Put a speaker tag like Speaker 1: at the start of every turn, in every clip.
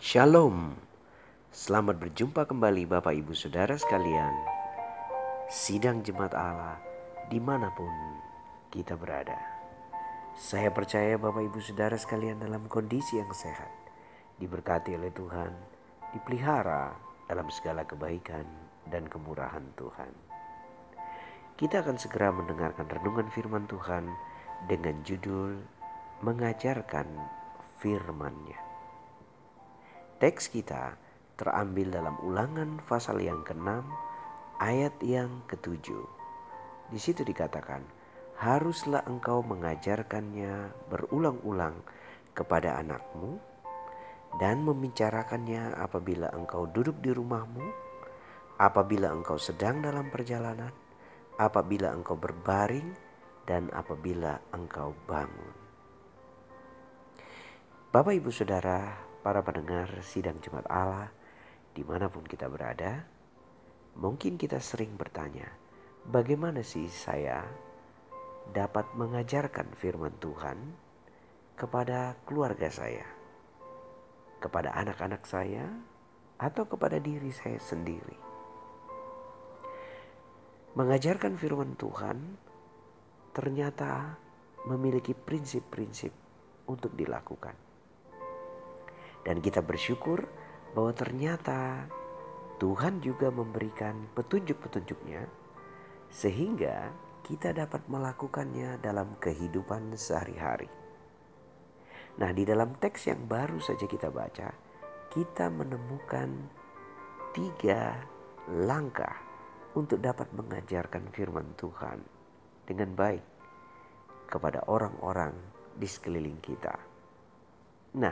Speaker 1: Shalom, selamat berjumpa kembali Bapak Ibu Saudara sekalian. Sidang Jemaat Allah dimanapun kita berada. Saya percaya Bapak Ibu Saudara sekalian dalam kondisi yang sehat, diberkati oleh Tuhan, dipelihara dalam segala kebaikan dan kemurahan Tuhan. Kita akan segera mendengarkan renungan firman Tuhan dengan judul Mengajarkan Firman-Nya. Teks kita terambil dalam Ulangan pasal yang ke-6 ayat yang ke-7. Di situ dikatakan, haruslah engkau mengajarkannya berulang-ulang kepada anakmu dan membicarakannya apabila engkau duduk di rumahmu, apabila engkau sedang dalam perjalanan, apabila engkau berbaring, dan apabila engkau bangun. Bapak Ibu Saudara, para pendengar sidang Jemaat Allah, dimanapun kita berada, mungkin kita sering bertanya, bagaimana sih saya dapat mengajarkan firman Tuhan kepada keluarga saya, kepada anak-anak saya, atau kepada diri saya sendiri. Mengajarkan firman Tuhan ternyata memiliki prinsip-prinsip untuk dilakukan. Dan kita bersyukur bahwa ternyata Tuhan juga memberikan petunjuk-petunjuknya sehingga kita dapat melakukannya dalam kehidupan sehari-hari. Nah, di dalam teks yang baru saja kita baca, kita menemukan 3 langkah untuk dapat mengajarkan firman Tuhan dengan baik kepada orang-orang di sekeliling kita. Nah,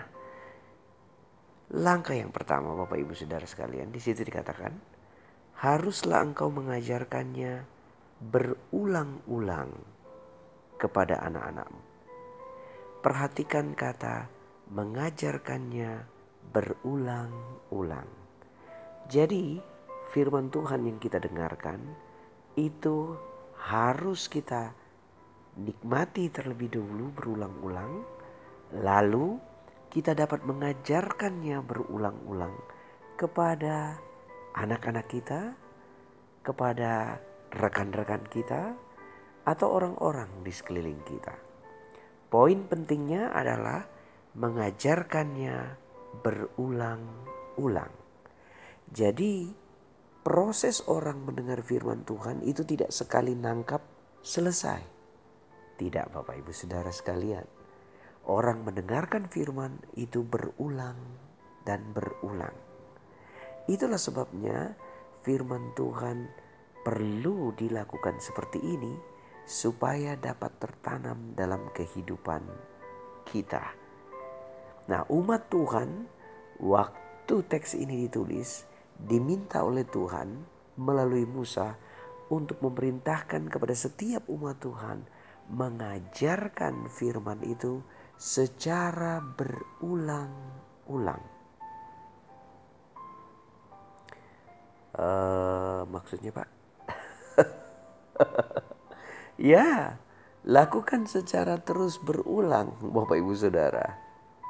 Speaker 1: langkah yang pertama Bapak Ibu Saudara sekalian, di situ dikatakan, haruslah engkau mengajarkannya berulang-ulang kepada anak-anakmu. Perhatikan kata mengajarkannya berulang-ulang. Jadi firman Tuhan yang kita dengarkan itu harus kita nikmati terlebih dahulu berulang-ulang, lalu kita dapat mengajarkannya berulang-ulang kepada anak-anak kita, kepada rekan-rekan kita, atau orang-orang di sekeliling kita. Poin pentingnya adalah mengajarkannya berulang-ulang. Jadi proses orang mendengar firman Tuhan itu tidak sekali nangkap selesai. Tidak Bapak Ibu Saudara sekalian. Orang mendengarkan firman itu berulang dan berulang. Itulah sebabnya firman Tuhan perlu dilakukan seperti ini supaya dapat tertanam dalam kehidupan kita. Nah, umat Tuhan waktu teks ini ditulis diminta oleh Tuhan melalui Musa untuk memerintahkan kepada setiap umat Tuhan mengajarkan firman itu secara berulang-ulang. Maksudnya Pak? Ya, lakukan secara terus berulang Bapak Ibu Saudara.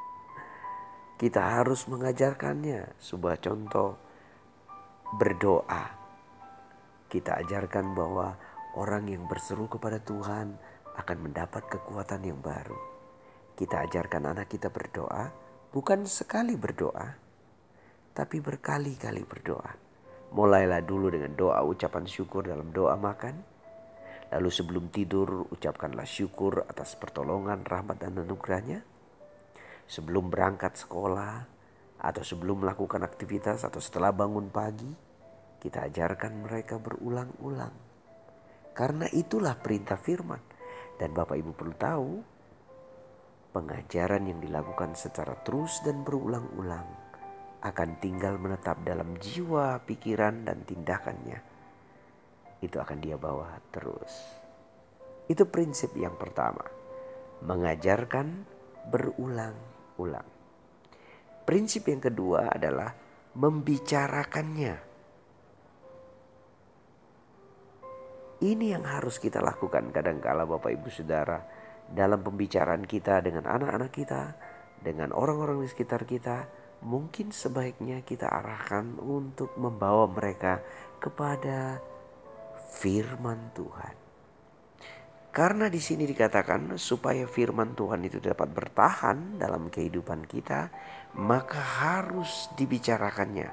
Speaker 1: Kita harus mengajarkannya. Sebuah contoh berdoa. Kita ajarkan bahwa orang yang berseru kepada Tuhan akan mendapat kekuatan yang baru. Kita ajarkan anak kita berdoa, bukan sekali berdoa, tapi berkali-kali berdoa. Mulailah dulu dengan doa ucapan syukur dalam doa makan. Lalu sebelum tidur ucapkanlah syukur atas pertolongan, rahmat dan anugerahnya. Sebelum berangkat sekolah atau sebelum melakukan aktivitas atau setelah bangun pagi, kita ajarkan mereka berulang-ulang. Karena itulah perintah firman. Dan Bapak Ibu perlu tahu, pengajaran yang dilakukan secara terus dan berulang-ulang akan tinggal menetap dalam jiwa, pikiran, dan tindakannya. Itu akan dia bawa terus. Itu prinsip yang pertama. Mengajarkan berulang-ulang. Prinsip yang kedua adalah membicarakannya. Ini yang harus kita lakukan kadangkala Bapak Ibu Saudara dalam pembicaraan kita dengan anak-anak kita, dengan orang-orang di sekitar kita, mungkin sebaiknya kita arahkan untuk membawa mereka kepada firman Tuhan. Karena di sini dikatakan supaya firman Tuhan itu dapat bertahan dalam kehidupan kita, maka harus dibicarakannya.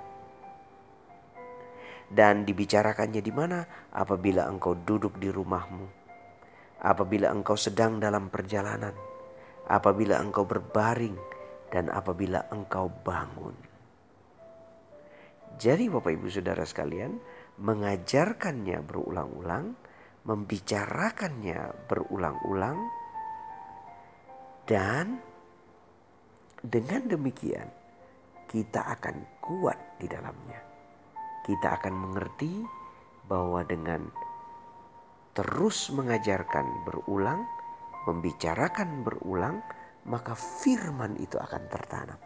Speaker 1: Dan dibicarakannya di mana? Apabila engkau duduk di rumahmu, apabila engkau sedang dalam perjalanan, apabila engkau berbaring, dan apabila engkau bangun. Jadi Bapak Ibu Saudara sekalian, mengajarkannya berulang-ulang, membicarakannya berulang-ulang, dan dengan demikian kita akan kuat di dalamnya. Kita akan mengerti bahwa dengan terus mengajarkan berulang, membicarakan berulang, maka firman itu akan tertanam.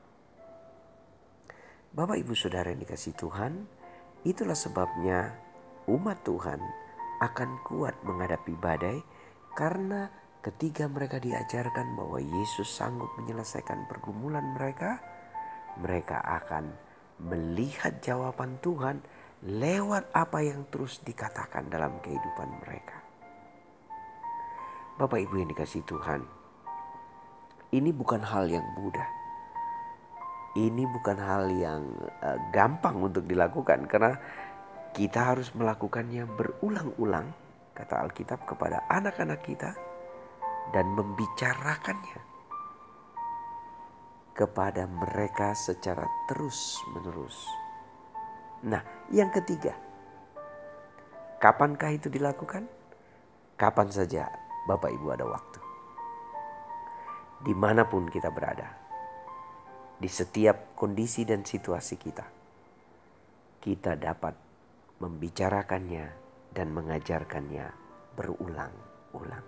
Speaker 1: Bapak Ibu Saudara yang dikasihi Tuhan, itulah sebabnya umat Tuhan akan kuat menghadapi badai, karena ketika mereka diajarkan bahwa Yesus sanggup menyelesaikan pergumulan mereka, mereka akan melihat jawaban Tuhan lewat apa yang terus dikatakan dalam kehidupan mereka. Bapak Ibu yang dikasihi Tuhan, ini bukan hal yang mudah. Ini bukan hal yang gampang untuk dilakukan, karena kita harus melakukannya berulang-ulang, kata Alkitab, kepada anak-anak kita, dan membicarakannya kepada mereka secara terus-menerus. Nah, yang ketiga, kapankah itu dilakukan? Kapan saja Bapak Ibu ada waktu. Dimanapun kita berada, di setiap kondisi dan situasi kita dapat membicarakannya dan mengajarkannya berulang-ulang.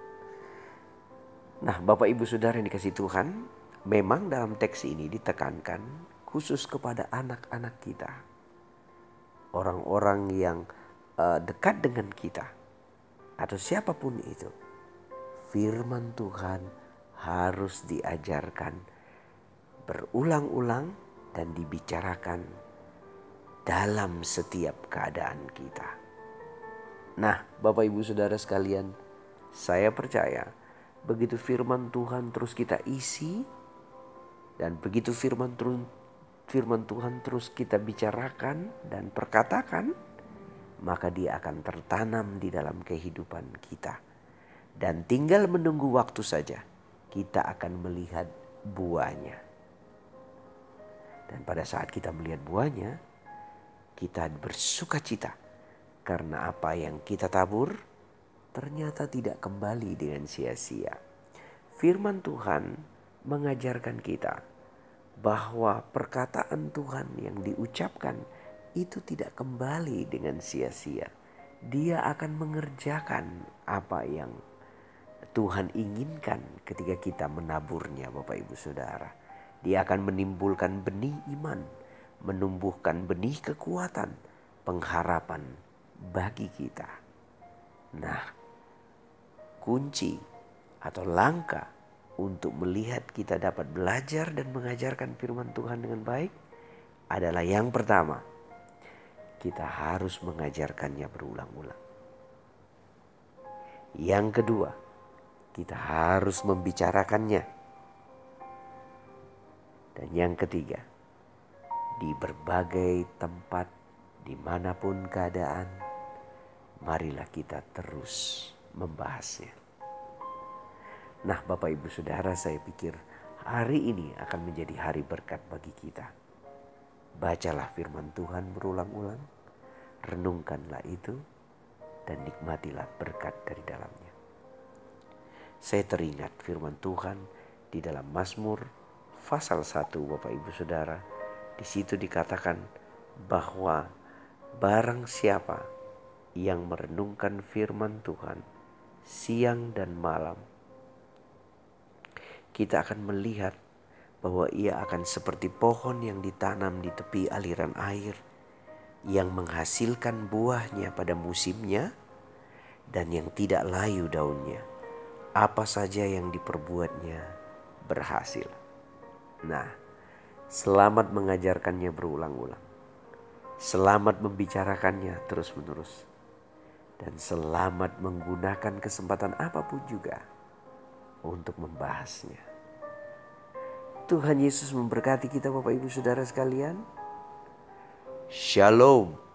Speaker 1: Nah, Bapak Ibu Saudara yang dikasihi Tuhan, memang dalam teks ini ditekankan khusus kepada anak-anak kita, orang-orang yang dekat dengan kita, atau siapapun itu. Firman Tuhan harus diajarkan berulang-ulang dan dibicarakan dalam setiap keadaan kita. Nah, Bapak Ibu Saudara sekalian, saya percaya begitu firman Tuhan terus kita isi, dan begitu firman Tuhan terus kita bicarakan dan perkatakan, maka dia akan tertanam di dalam kehidupan kita. Dan tinggal menunggu waktu saja, kita akan melihat buahnya. Dan pada saat kita melihat buahnya, kita bersukacita, karena apa yang kita tabur ternyata tidak kembali dengan sia-sia. Firman Tuhan mengajarkan kita bahwa perkataan Tuhan yang diucapkan itu tidak kembali dengan sia-sia. Dia akan mengerjakan apa yang Tuhan inginkan ketika kita menaburnya, Bapak Ibu Saudara. Dia akan menimbulkan benih iman, menumbuhkan benih kekuatan, pengharapan bagi kita. Nah, kunci atau langkah untuk melihat kita dapat belajar dan mengajarkan firman Tuhan dengan baik adalah yang pertama, kita harus mengajarkannya berulang-ulang. Yang kedua, kita harus membicarakannya. Dan yang ketiga, di berbagai tempat, dimanapun keadaan, marilah kita terus membahasnya. Nah, Bapak Ibu Saudara, saya pikir hari ini akan menjadi hari berkat bagi kita. Bacalah firman Tuhan berulang-ulang, renungkanlah itu, dan nikmatilah berkat dari dalamnya. Saya teringat firman Tuhan di dalam Mazmur pasal 1, Bapak Ibu Saudara. Di situ dikatakan bahwa barang siapa yang merenungkan firman Tuhan siang dan malam, kita akan melihat bahwa ia akan seperti pohon yang ditanam di tepi aliran air, yang menghasilkan buahnya pada musimnya dan yang tidak layu daunnya. Apa saja yang diperbuatnya berhasil. Nah, Selamat mengajarkannya berulang-ulang. Selamat membicarakannya terus-menerus. Dan selamat menggunakan kesempatan apapun juga untuk membahasnya. Tuhan Yesus memberkati kita Bapak Ibu Saudara sekalian. Shalom.